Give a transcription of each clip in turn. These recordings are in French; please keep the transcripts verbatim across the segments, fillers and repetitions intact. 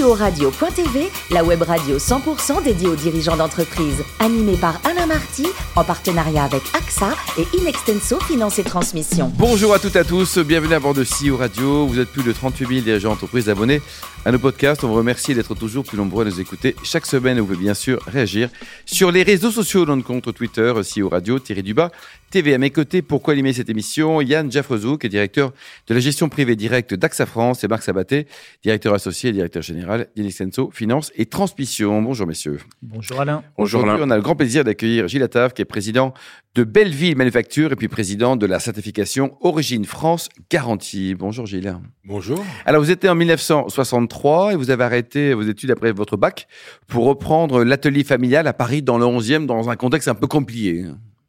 C E O radio point T V, la web radio cent pour cent dédiée aux dirigeants d'entreprise. Animée par Alain Marty, en partenariat avec A X A et Inextenso Finance et Transmission. Bonjour à toutes et à tous, bienvenue à bord de C E O Radio. Vous êtes plus de trente-huit mille dirigeants d'entreprise abonnés à nos podcasts. On vous remercie d'être toujours plus nombreux à nous écouter chaque semaine. Vous pouvez bien sûr réagir sur les réseaux sociaux, dans le compte Twitter, C E O Radio, tiré du bas, T V. À mes côtés, pour co-animer cette émission, Yann Jaffrezou, qui est directeur de la gestion privée directe d'A X A France, et Marc Sabaté, directeur associé et directeur général d'Inextenso Finance et Transmission. Bonjour messieurs. Bonjour Alain. Bonjour Alain. On a le grand plaisir d'accueillir Gilles Attaf, qui est président de Belleville Manufacture et puis président de la certification Origine France Garantie. Bonjour Gilles. Bonjour. Alors vous étiez en mille neuf cent soixante-trois et vous avez arrêté vos études après votre bac pour reprendre l'atelier familial à Paris dans le onzième, dans un contexte un peu compliqué.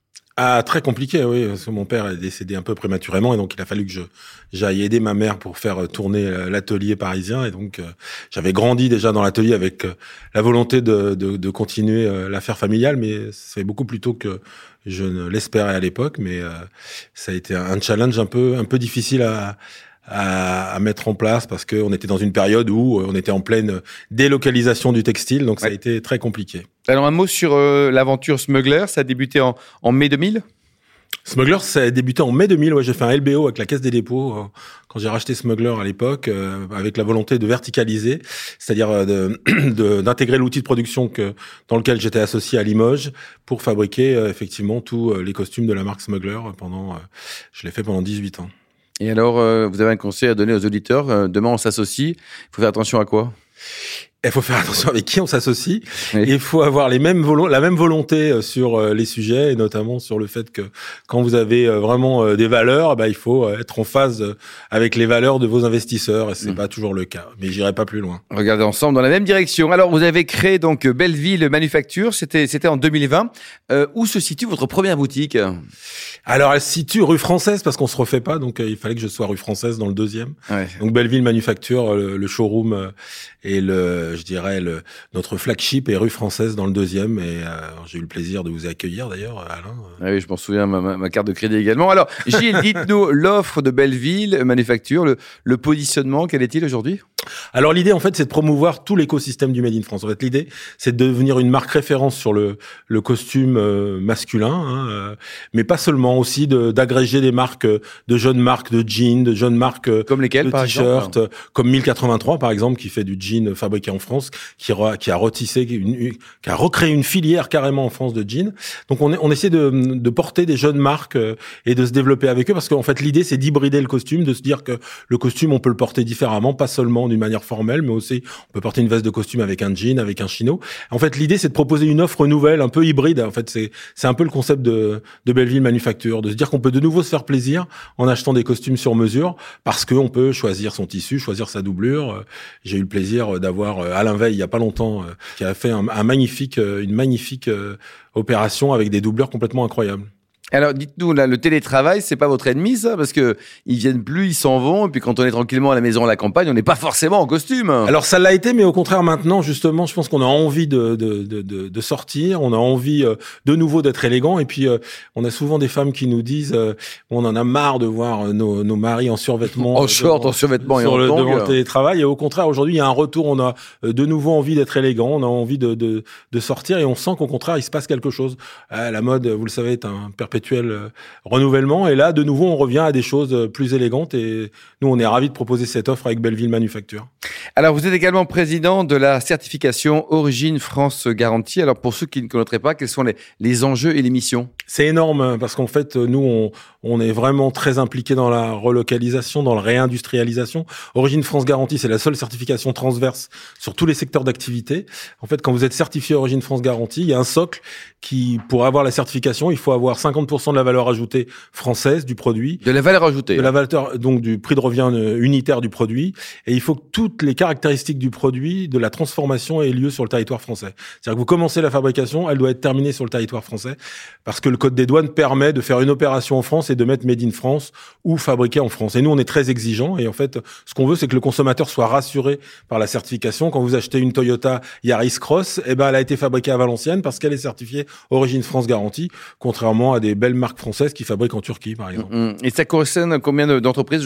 Ah, très compliqué, oui, parce que mon père est décédé un peu prématurément et donc il a fallu que je j'aille aider ma mère pour faire tourner l'atelier parisien, et donc euh, j'avais grandi déjà dans l'atelier avec euh, la volonté de, de, de continuer euh, l'affaire familiale, mais c'est beaucoup plus tôt que je ne l'espérais à l'époque, mais euh, ça a été un challenge un peu un peu difficile à À, à mettre en place parce qu'on était dans une période où on était en pleine délocalisation du textile, donc ça ouais. a été très compliqué. Alors un mot sur euh, l'aventure Smuggler, ça a débuté en, en mai deux mille. Smuggler, ça a débuté en mai deux mille. Ouais, j'ai fait un L B O avec la Caisse des dépôts euh, quand j'ai racheté Smuggler à l'époque, euh, avec la volonté de verticaliser, c'est-à-dire euh, de, de, d'intégrer l'outil de production que dans lequel j'étais associé à Limoges pour fabriquer euh, effectivement tous euh, les costumes de la marque Smuggler. Pendant, euh, je l'ai fait pendant dix-huit ans. Et alors, euh, vous avez un conseil à donner aux auditeurs. Euh, demain, on s'associe. Il faut faire attention à quoi ? Il faut faire attention avec qui on s'associe. Oui. Et il faut avoir les mêmes volo- la même volonté sur euh, les sujets, et notamment sur le fait que quand vous avez euh, vraiment euh, des valeurs, bah, il faut euh, être en phase euh, avec les valeurs de vos investisseurs. Et c'est mmh. pas toujours le cas. Mais j'irai pas plus loin. Regardez ensemble dans la même direction. Alors, vous avez créé donc Belleville Manufacture. C'était, c'était en deux mille vingt. Euh, où se situe votre première boutique ? Alors, elle se situe rue Française parce qu'on se refait pas. Donc, euh, il fallait que je sois rue Française dans le deuxième. Ouais. Donc, Belleville Manufacture, le, le showroom euh, et le, je dirais, le, notre flagship est rue Française dans le deuxième. Et euh, j'ai eu le plaisir de vous accueillir d'ailleurs, Alain. Ah oui, je m'en souviens, ma, ma, ma carte de crédit également. Alors, Gilles, dites-nous l'offre de Belleville Manufacture, le, le positionnement, quel est-il aujourd'hui ? Alors l'idée en fait c'est de promouvoir tout l'écosystème du Made in France. En fait l'idée c'est de devenir une marque référence sur le le costume euh, masculin, hein, euh, mais pas seulement, aussi de d'agréger des marques, de jeunes marques de jeans, de jeunes marques comme lesquelles, de par t-shirts, exemple, comme mille quatre-vingt-trois par exemple, qui fait du jean fabriqué en France, qui re, qui a retissé, une, une, qui a recréé une filière carrément en France de jeans. Donc on est, on essaie de de porter des jeunes marques euh, et de se développer avec eux, parce qu'en fait l'idée c'est d'hybrider le costume, de se dire que le costume on peut le porter différemment, pas seulement d'une manière formelle, mais aussi on peut porter une veste de costume avec un jean, avec un chino. En fait, l'idée c'est de proposer une offre nouvelle, un peu hybride. En fait, c'est c'est un peu le concept de de Belleville Manufacture, de se dire qu'on peut de nouveau se faire plaisir en achetant des costumes sur mesure, parce que on peut choisir son tissu, choisir sa doublure. J'ai eu le plaisir d'avoir Alain Veil il y a pas longtemps, qui a fait un, un magnifique, une magnifique opération avec des doublures complètement incroyables. Alors, dites-nous, là, le télétravail, c'est pas votre ennemi, ça ? Parce que ils viennent plus, ils s'en vont, et puis quand on est tranquillement à la maison, à la campagne, on n'est pas forcément en costume. Alors, ça l'a été, mais au contraire, maintenant, justement, je pense qu'on a envie de, de, de, de, de sortir, on a envie euh, de nouveau d'être élégant, et puis euh, on a souvent des femmes qui nous disent, euh, on en a marre de voir euh, nos, nos maris en survêtement, en euh, short, devant, en survêtement et sur en le, tongs. devant le télétravail. Et au contraire, aujourd'hui, il y a un retour, on a euh, de nouveau envie d'être élégant, on a envie de, de, de sortir, et on sent qu'au contraire, il se passe quelque chose. Euh, la mode, vous le savez, est un perpétuel euh, renouvellement, et là de nouveau on revient à des choses plus élégantes, et nous on est ravis de proposer cette offre avec Belleville Manufacture. Alors vous êtes également président de la certification Origine France Garantie. Alors pour ceux qui ne connaîtraient pas, quels sont les, les enjeux et les missions ? C'est énorme, parce qu'en fait nous on, on est vraiment très impliqués dans la relocalisation, dans la réindustrialisation. Origine France Garantie, c'est la seule certification transverse sur tous les secteurs d'activité. En fait, quand vous êtes certifié Origine France Garantie, il y a un socle qui, pour avoir la certification, il faut avoir cinquante pour cent de la valeur ajoutée française du produit. De la valeur ajoutée. De la valeur, donc du prix de revient unitaire du produit. Et il faut que toutes les caractéristiques du produit, de la transformation, aient lieu sur le territoire français. C'est-à-dire que vous commencez la fabrication, elle doit être terminée sur le territoire français, parce que le code des douanes permet de faire une opération en France et de mettre Made in France ou fabriqué en France. Et nous, on est très exigeants. Et en fait, ce qu'on veut, c'est que le consommateur soit rassuré par la certification. Quand vous achetez une Toyota Yaris Cross, eh ben, elle a été fabriquée à Valenciennes parce qu'elle est certifiée Origine France Garantie, contrairement à des belles marques françaises qui fabriquent en Turquie, par exemple. Et ça concerne combien d'entreprises aujourd'hui ?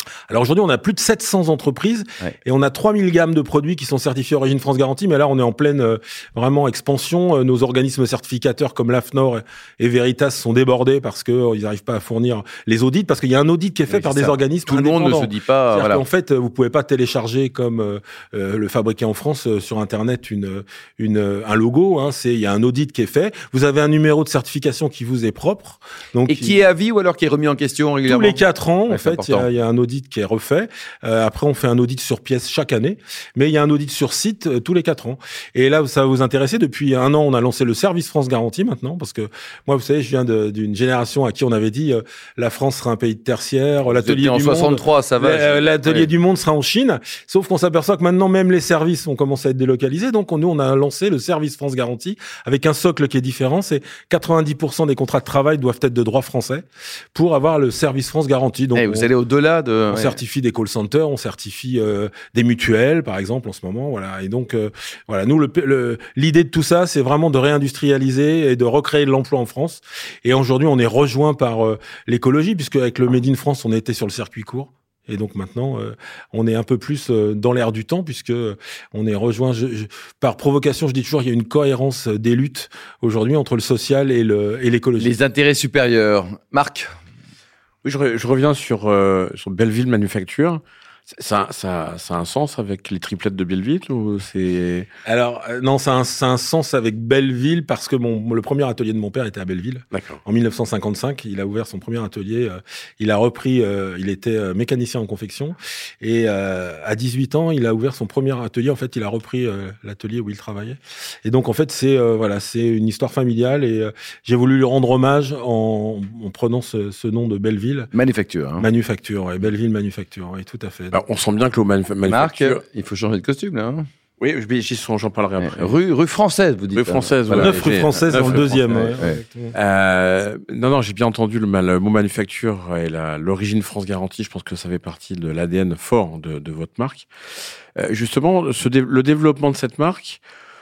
Alors aujourd'hui, on a plus de sept cents entreprises ouais. et on a trois mille gammes de produits qui sont certifiés Origine France Garantie. Mais là, on est en pleine euh, vraiment expansion. Euh, nos organismes certificateurs comme l'AFNOR et Veritas sont débordés parce que euh, ils n'arrivent pas à fournir les audits, parce qu'il y a un audit qui est fait oui, par des ça. organismes Tout le monde ne se dit pas. Voilà. En fait, vous pouvez pas télécharger comme euh, euh, le Fabriqué en France euh, sur Internet une une un logo. Hein, c'est il y a un audit qui est fait. Vous avez un numéro de certification qui vous est propre. Donc et qui il... est à vie ou alors qui est remis en question régulièrement. Tous les quatre ans, ouais, en fait, il y, y a un audit qui est refait. Euh, après, on fait un audit sur pièce chaque année, mais il y a un audit sur site euh, tous les quatre ans. Et là, ça va vous intéresser. Depuis un an, on a lancé le service France Garantie maintenant, parce que moi, vous savez, je viens de, d'une génération à qui on avait dit euh, la France sera un pays de tertiaire, l'atelier en du soixante-trois, monde, ça va. L'atelier ouais. du monde sera en Chine. Sauf qu'on s'aperçoit que maintenant, même les services ont commencé à être délocalisés. Donc, on, nous, on a lancé le service France Garantie avec un socle qui est différent. C'est quatre-vingt-dix pour cent des contrats de travail doivent être de droit français pour avoir le service France Garantie. Donc, hey, vous on, allez au-delà de. On ouais. certifie des call centers, on certifie euh, des mutuelles, par exemple, en ce moment. Voilà. Et donc, euh, voilà, nous, le, le, l'idée de tout ça, c'est vraiment de réindustrialiser et de recréer de l'emploi en France. Et aujourd'hui, on est rejoint par euh, l'écologie, puisque avec le Made in France, on était sur le circuit court. Et donc maintenant, euh, on est un peu plus euh, dans l'air du temps, puisque euh, on est rejoint je, je, par provocation. Je dis toujours, il y a une cohérence des luttes aujourd'hui entre le social et, le, et l'écologie. Les intérêts supérieurs. Marc. Oui, je, re, je reviens sur, euh, sur Belleville Manufacture. Ça, ça, ça a un sens avec les triplettes de Belleville ou c'est... Alors, euh, non, ça a, un, ça a un sens avec Belleville parce que mon, le premier atelier de mon père était à Belleville. D'accord. En dix-neuf cent cinquante-cinq, il a ouvert son premier atelier. Euh, il a repris, euh, il était euh, mécanicien en confection. Et euh, à dixhuit ans, il a ouvert son premier atelier. En fait, il a repris euh, l'atelier où il travaillait. Et donc, en fait, c'est euh, voilà, c'est une histoire familiale. Et euh, j'ai voulu lui rendre hommage en, en prenant ce, ce nom de Belleville. Manufacture. Hein. Manufacture, ouais, Belleville Manufacture, oui, tout à fait. Alors, on sent bien que le manuf- manufacture... Marc, il faut changer de costume, là. Hein. Oui, j'y suis, j'en parlerai après. Rue, rue Française, vous dites. Rue Française, voilà. Neuf rue Française dans le deuxième. Ouais, ouais. Euh, non, non, j'ai bien entendu le, le mot manufacture et la, l'origine France Garantie. Je pense que ça fait partie de l'A D N fort de, de votre marque. Euh, justement, ce dé- le développement de cette marque,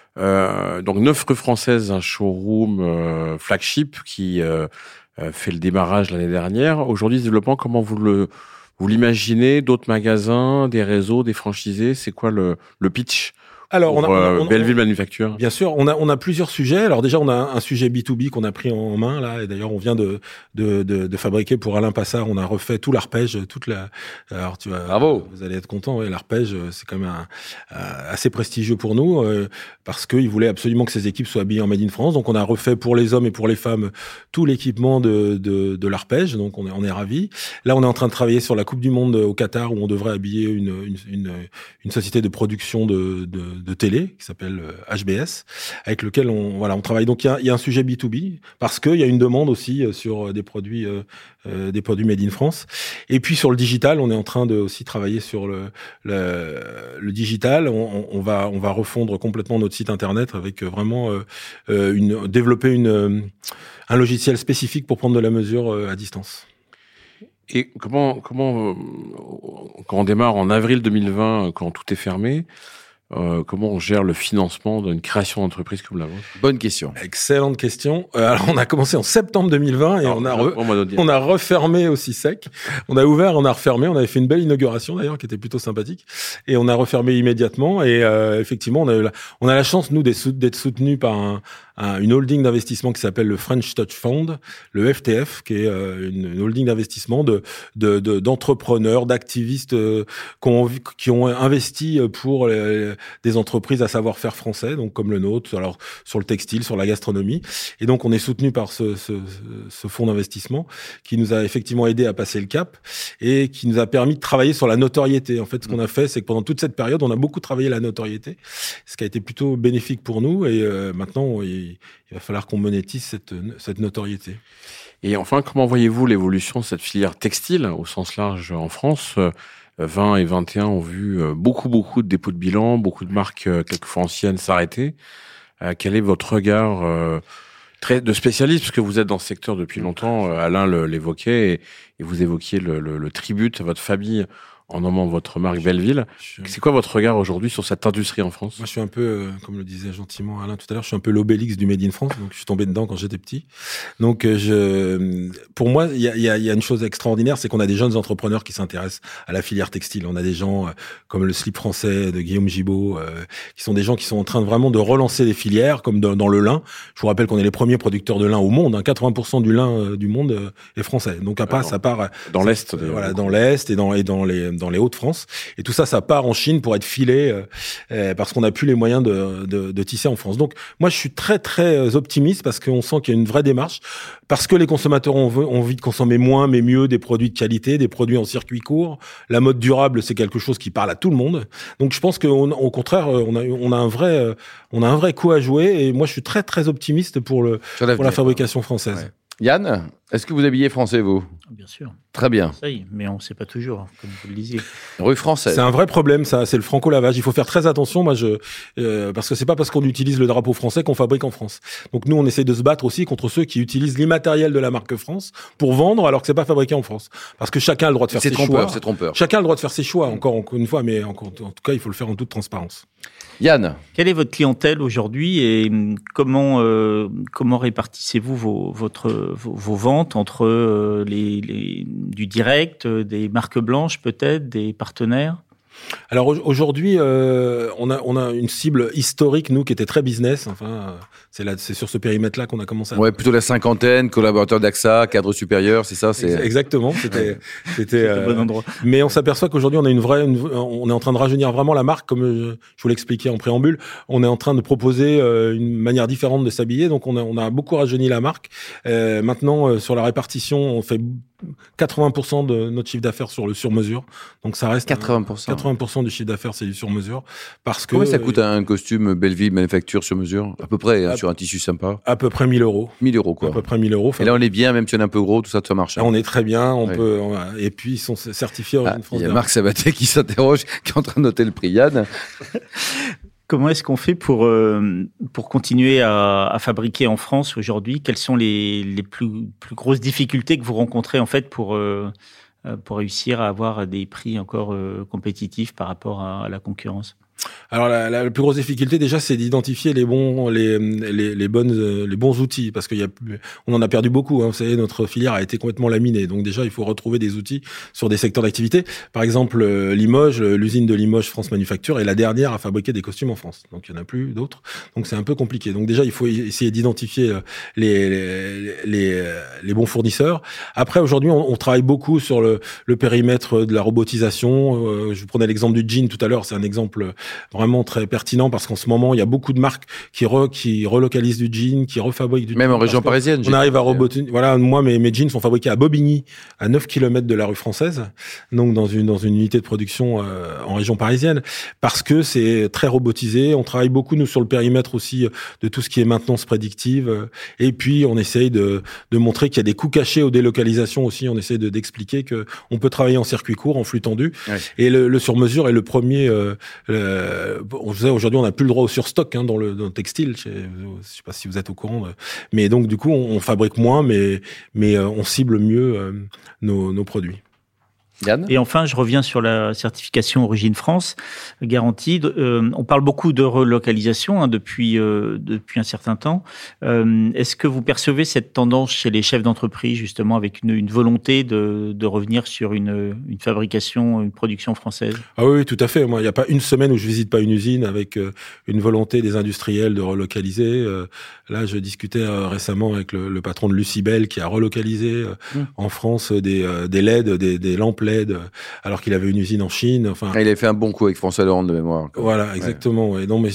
euh, donc neuf rue Française, un showroom euh, flagship qui euh, fait le démarrage l'année dernière. Aujourd'hui, ce développement, comment vous le Vous l'imaginez, d'autres magasins, des réseaux, des franchisés, c'est quoi le, le pitch? Alors, pour, on a, on a, on a Belleville Manufacture. Bien sûr, on a on a plusieurs sujets. Alors déjà, on a un sujet B deux B qu'on a pris en main là, et d'ailleurs, on vient de de de, de fabriquer pour Alain Passard. On a refait tout l'arpège, toute la. Alors tu vas. Bravo. Vous allez être content. Ouais, l'arpège, c'est quand même un, un, assez prestigieux pour nous euh, parce qu'il voulait absolument que ses équipes soient habillées en Made in France. Donc, on a refait pour les hommes et pour les femmes tout l'équipement de de, de l'arpège. Donc, on est on est ravis. Là, on est en train de travailler sur la Coupe du Monde au Qatar où on devrait habiller une une une, une société de production de de de télé qui s'appelle H B S, avec lequel on voilà on travaille. Donc il y a, il y a un sujet B deux B parce qu'il y a une demande aussi sur des produits euh, euh, des produits made in France. Et puis sur le digital, on est en train de aussi travailler sur le le, le digital. On, on va on va refondre complètement notre site internet avec vraiment euh, une développer une un logiciel spécifique pour prendre de la mesure à distance. Et comment comment quand on démarre en avril deux mille vingt, quand tout est fermé, Euh, comment on gère le financement d'une création d'entreprise comme la vôtre? Bonne question. Excellente question. Euh, alors, on a commencé en septembre deux mille vingt et alors, on a re- on a refermé aussi sec. On a ouvert, on a refermé. On avait fait une belle inauguration d'ailleurs qui était plutôt sympathique et on a refermé immédiatement. Et euh, effectivement, on a eu la, on a la chance nous d'être, sou- d'être soutenu par un, un, une holding d'investissement qui s'appelle le French Touch Fund, le F T F, qui est euh, une, une holding d'investissement de, de, de d'entrepreneurs, d'activistes euh, qui ont, qui ont investi pour les, des entreprises à savoir-faire français, donc comme le nôtre, alors sur le textile, sur la gastronomie. Et donc, on est soutenu par ce, ce, ce fonds d'investissement qui nous a effectivement aidé à passer le cap et qui nous a permis de travailler sur la notoriété. En fait, ce qu'on a fait, c'est que pendant toute cette période, on a beaucoup travaillé la notoriété, ce qui a été plutôt bénéfique pour nous. Et euh, maintenant, il, il va falloir qu'on monétise cette, cette notoriété. Et enfin, comment voyez-vous l'évolution de cette filière textile au sens large en France ? vingt et vingt et un ont vu beaucoup, beaucoup de dépôts de bilan, beaucoup de marques, quelquefois anciennes, s'arrêter. Euh, quel est votre regard euh, très de spécialiste, parce que vous êtes dans ce secteur depuis longtemps, Alain le, l'évoquait, et, et vous évoquiez le, le, le tribut à votre famille en nommant votre marque Belleville. Je... C'est quoi votre regard aujourd'hui sur cette industrie en France ? Moi, je suis un peu, euh, comme le disait gentiment Alain tout à l'heure, je suis un peu l'Obélix du Made in France. Donc, je suis tombé dedans quand j'étais petit. Donc, euh, je, pour moi, il y a, y, a, y a une chose extraordinaire, c'est qu'on a des jeunes entrepreneurs qui s'intéressent à la filière textile. On a des gens euh, comme le slip français de Guillaume Gibault, euh, qui sont des gens qui sont en train de vraiment de relancer des filières, comme dans, dans le lin. Je vous rappelle qu'on est les premiers producteurs de lin au monde. Hein, quatre-vingts pour cent du lin euh, du monde euh, est français. Donc, à part, ça part dans l'est, euh, voilà, dans l'est et dans et dans les dans les Hauts-de-France. Et tout ça, ça part en Chine pour être filé euh, euh, parce qu'on n'a plus les moyens de, de, de tisser en France. Donc, moi, je suis très, très optimiste parce qu'on sent qu'il y a une vraie démarche, parce que les consommateurs ont, ont envie de consommer moins, mais mieux, des produits de qualité, des produits en circuit court. La mode durable, c'est quelque chose qui parle à tout le monde. Donc, je pense qu'au contraire, on a, on a un vrai, on a un vrai coup à jouer. Et moi, je suis très, très optimiste pour le, pour la fabrication française. Ouais. Yann, est-ce que vous habillez français, vous ? Bien sûr. Très bien. Ça y est, mais on ne sait pas toujours, comme vous le disiez. Rue française. C'est un vrai problème, ça. C'est le franco-lavage. Il faut faire très attention, moi, je, euh, parce que c'est pas parce qu'on utilise le drapeau français qu'on fabrique en France. Donc nous, on essaie de se battre aussi contre ceux qui utilisent l'immatériel de la marque France pour vendre alors que c'est pas fabriqué en France. Parce que chacun a le droit de faire c'est ses trompeur, choix. C'est trompeur. Chacun a le droit de faire ses choix. Encore, encore une fois, mais encore, en tout cas, il faut le faire en toute transparence. Yann. Quelle est votre clientèle aujourd'hui et comment euh, comment répartissez-vous vos votre vos, vos ventes entre euh, les, les du direct, des marques blanches peut-être, des partenaires ? Alors aujourd'hui, euh, on a on a une cible historique, nous, qui était très business. Enfin, euh, c'est là, c'est sur ce périmètre-là qu'on a commencé. À... Ouais, plutôt la cinquantaine, collaborateurs d'A X A, cadre supérieur, c'est ça, c'est exactement. C'était c'était euh, bon endroit. Mais on s'aperçoit qu'aujourd'hui, on a une vraie, une, on est en train de rajeunir vraiment la marque, comme je, je vous l'expliquais en préambule. On est en train de proposer euh, une manière différente de s'habiller, donc on a on a beaucoup rajeuni la marque. Euh, maintenant, euh, sur la répartition, on fait quatre-vingts pour cent de notre chiffre d'affaires sur le sur-mesure. Donc ça reste quatre-vingts pour cent. quatre-vingts pour cent du chiffre d'affaires, c'est du sur-mesure. Parce que combien ça coûte un costume Belleville manufacture sur mesure ? À peu près, hein, sur un tissu sympa. À peu près mille euros. mille euros, quoi. À peu près mille euros. Et là, on est bien, même si on est un peu gros, tout ça, tout ça marche. Hein. Là, on est très bien, on ouais. peut, on a, et puis ils sont certifiés Origine ah, France. Il y a Marc Sabaté qui s'interroge, qui est en train de noter le prix. Yann. Comment est-ce qu'on fait pour, euh, pour continuer à, à fabriquer en France aujourd'hui ? Quelles sont les, les plus, plus grosses difficultés que vous rencontrez en fait pour, euh, pour réussir à avoir des prix encore euh, compétitifs par rapport à, à la concurrence ? Alors la, la, la plus grosse difficulté déjà, c'est d'identifier les bons, les, les, les bonnes, les bons outils, parce qu'il y a, on en a perdu beaucoup. Hein, vous savez, notre filière a été complètement laminée. Donc déjà, il faut retrouver des outils sur des secteurs d'activité. Par exemple, Limoges, l'usine de Limoges France Manufacture est la dernière à fabriquer des costumes en France. Donc il y en a plus d'autres. Donc c'est un peu compliqué. Donc déjà, il faut essayer d'identifier les, les, les, les bons fournisseurs. Après, aujourd'hui, on, on travaille beaucoup sur le, le périmètre de la robotisation. Euh, je vous prenais l'exemple du jean tout à l'heure. C'est un exemple vraiment très pertinent parce qu'en ce moment, il y a beaucoup de marques qui, re, qui relocalisent du jean, qui refabriquent du Même jean. en région parisienne. On arrive à robotiser. Voilà, moi, mes, mes jeans sont fabriqués à Bobigny, à neuf kilomètres de la rue française, donc dans une, dans une unité de production euh, en région parisienne, parce que c'est très robotisé. On travaille beaucoup, nous, sur le périmètre aussi de tout ce qui est maintenance prédictive. Et puis, on essaye de, de montrer qu'il y a des coûts cachés aux délocalisations aussi. On essaie de, d'expliquer que on peut travailler en circuit court, en flux tendu. Ouais. Et le, le sur-mesure est le premier... Euh, le, on sait, aujourd'hui, on n'a plus le droit au surstock hein, dans, le, dans le textile. Je ne sais pas si vous êtes au courant. De... Mais donc, du coup, on, on fabrique moins, mais, mais euh, on cible mieux euh, nos, nos produits. Yann ? Et enfin, je reviens sur la certification Origine France garantie. Euh, on parle beaucoup de relocalisation hein, depuis euh, depuis un certain temps. Euh, est-ce que vous percevez cette tendance chez les chefs d'entreprise justement avec une, une volonté de, de revenir sur une, une fabrication, une production française ? Ah oui, tout à fait. Moi, il n'y a pas une semaine où je visite pas une usine avec euh, une volonté des industriels de relocaliser. Euh, là, je discutais euh, récemment avec le, le patron de Lucibel qui a relocalisé euh, mmh. en France des euh, des L E D, des, des lampes L E D. Alors qu'il avait une usine en Chine. Enfin, ah, il avait fait un bon coup avec François Hollande de mémoire. Quoi. Voilà, exactement. Ouais. Non, mais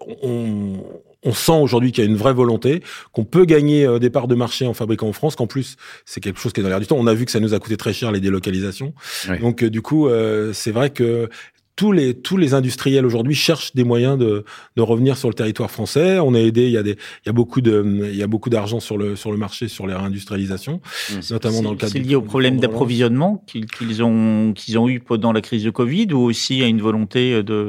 on, on sent aujourd'hui qu'il y a une vraie volonté, qu'on peut gagner euh, des parts de marché en fabriquant en France, qu'en plus, c'est quelque chose qui est dans l'air du temps. On a vu que ça nous a coûté très cher les délocalisations. Ouais. Donc, euh, du coup, euh, c'est vrai que tous les tous les industriels aujourd'hui cherchent des moyens de de revenir sur le territoire français. On a aidé, il y a des il y a beaucoup de il y a beaucoup d'argent sur le sur le marché sur les réindustrialisations, mmh. notamment c'est, dans le cadre c'est lié au problème d'approvisionnement qu'ils, qu'ils ont qu'ils ont eu pendant la crise de Covid ou aussi à une volonté de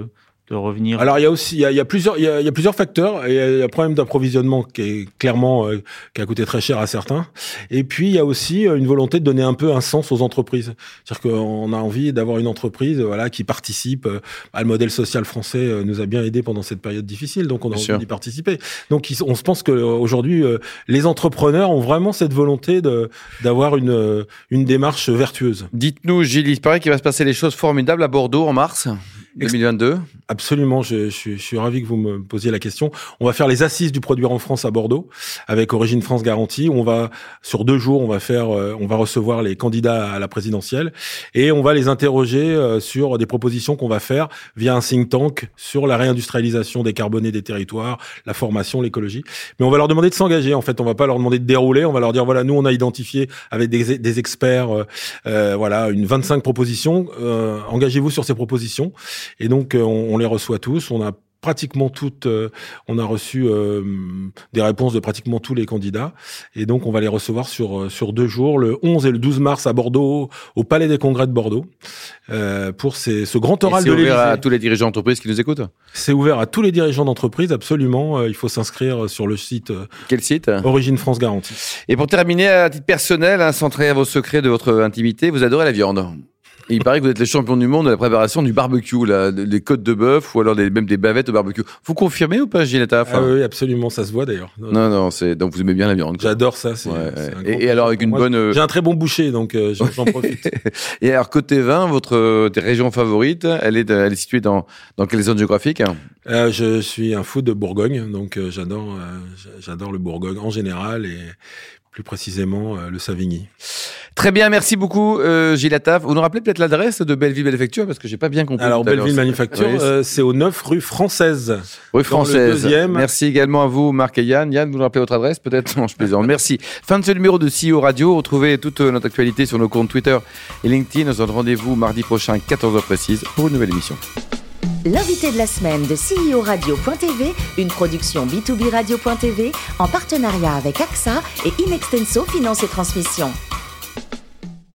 de revenir? Alors il y a aussi il y a, il y a plusieurs il y a, il y a plusieurs facteurs. Il y a, il y a un problème d'approvisionnement qui est clairement euh, qui a coûté très cher à certains. Et puis il y a aussi une volonté de donner un peu un sens aux entreprises. C'est-à-dire qu'on a envie d'avoir une entreprise voilà qui participe. Euh, le modèle social français euh, nous a bien aidé pendant cette période difficile, donc on a bien envie sûr. d'y participer. Donc on se pense que aujourd'hui euh, les entrepreneurs ont vraiment cette volonté de d'avoir une une démarche vertueuse. Dites-nous, Gilles, il paraît qu'il va se passer des choses formidables à Bordeaux en mars deux mille vingt-deux. Absolument, je, je, je suis ravi que vous me posiez la question. On va faire les assises du produire en France à Bordeaux avec Origine France Garantie. On va sur deux jours, on va faire, on va recevoir les candidats à la présidentielle et on va les interroger sur des propositions qu'on va faire via un think tank sur la réindustrialisation décarbonée des territoires, la formation, l'écologie. Mais on va leur demander de s'engager. En fait, on va pas leur demander de dérouler. On va leur dire voilà, nous on a identifié avec des, des experts, euh, voilà, une vingt-cinq propositions. Euh, engagez-vous sur ces propositions. Et donc, on, on les reçoit tous. On a pratiquement toutes, euh, on a reçu euh, des réponses de pratiquement tous les candidats. Et donc, on va les recevoir sur sur deux jours, le onze et le douze mars à Bordeaux, au Palais des Congrès de Bordeaux, euh, pour ces, ce grand oral de l'Élysée. C'est ouvert à tous les dirigeants d'entreprise qui nous écoutent. C'est ouvert à tous les dirigeants d'entreprise, absolument. Il faut s'inscrire sur le site. Quel site ? Origine France Garantie. Et pour terminer, à titre personnel, hein, sans trahir vos secrets de votre intimité, vous adorez la viande. Et il paraît que vous êtes les champions du monde de la préparation du barbecue, là, des côtes de bœuf ou alors des, même des bavettes au barbecue. Vous confirmez ou pas, Gilles Attaf ? Ah oui, absolument, ça se voit d'ailleurs. Non, non, c'est donc vous aimez bien la viande. Quoi. J'adore ça. C'est, ouais, c'est un et, et alors avec une moi, bonne. Euh... J'ai un très bon boucher, donc euh, j'en, j'en profite. Et alors côté vin, votre euh, région favorite, elle est, elle est située dans dans quelle zone géographique ? euh, Je suis un fou de Bourgogne, donc euh, j'adore, euh, j'adore le Bourgogne en général et plus précisément euh, le Savigny. Très bien, merci beaucoup euh, Gilles Attaf. Vous nous rappelez peut-être l'adresse de Belleville Manufacture parce que j'ai pas bien compris. Alors Belleville Manufacture, oui, c'est... Euh, c'est au neuf rue Française. Rue Française. Merci également à vous Marc et Yann. Yann, vous nous rappelez votre adresse peut-être ? Non, je plaisante. Merci. Fin de ce numéro de C E O Radio. Retrouvez toute notre actualité sur nos comptes Twitter et LinkedIn. Nous avons rendez-vous mardi prochain, quatorze heures précise, pour une nouvelle émission. L'invité de la semaine de C E O Radio point T V, une production B deux B Radio point T V en partenariat avec A X A et Inextenso Finance et Transmission.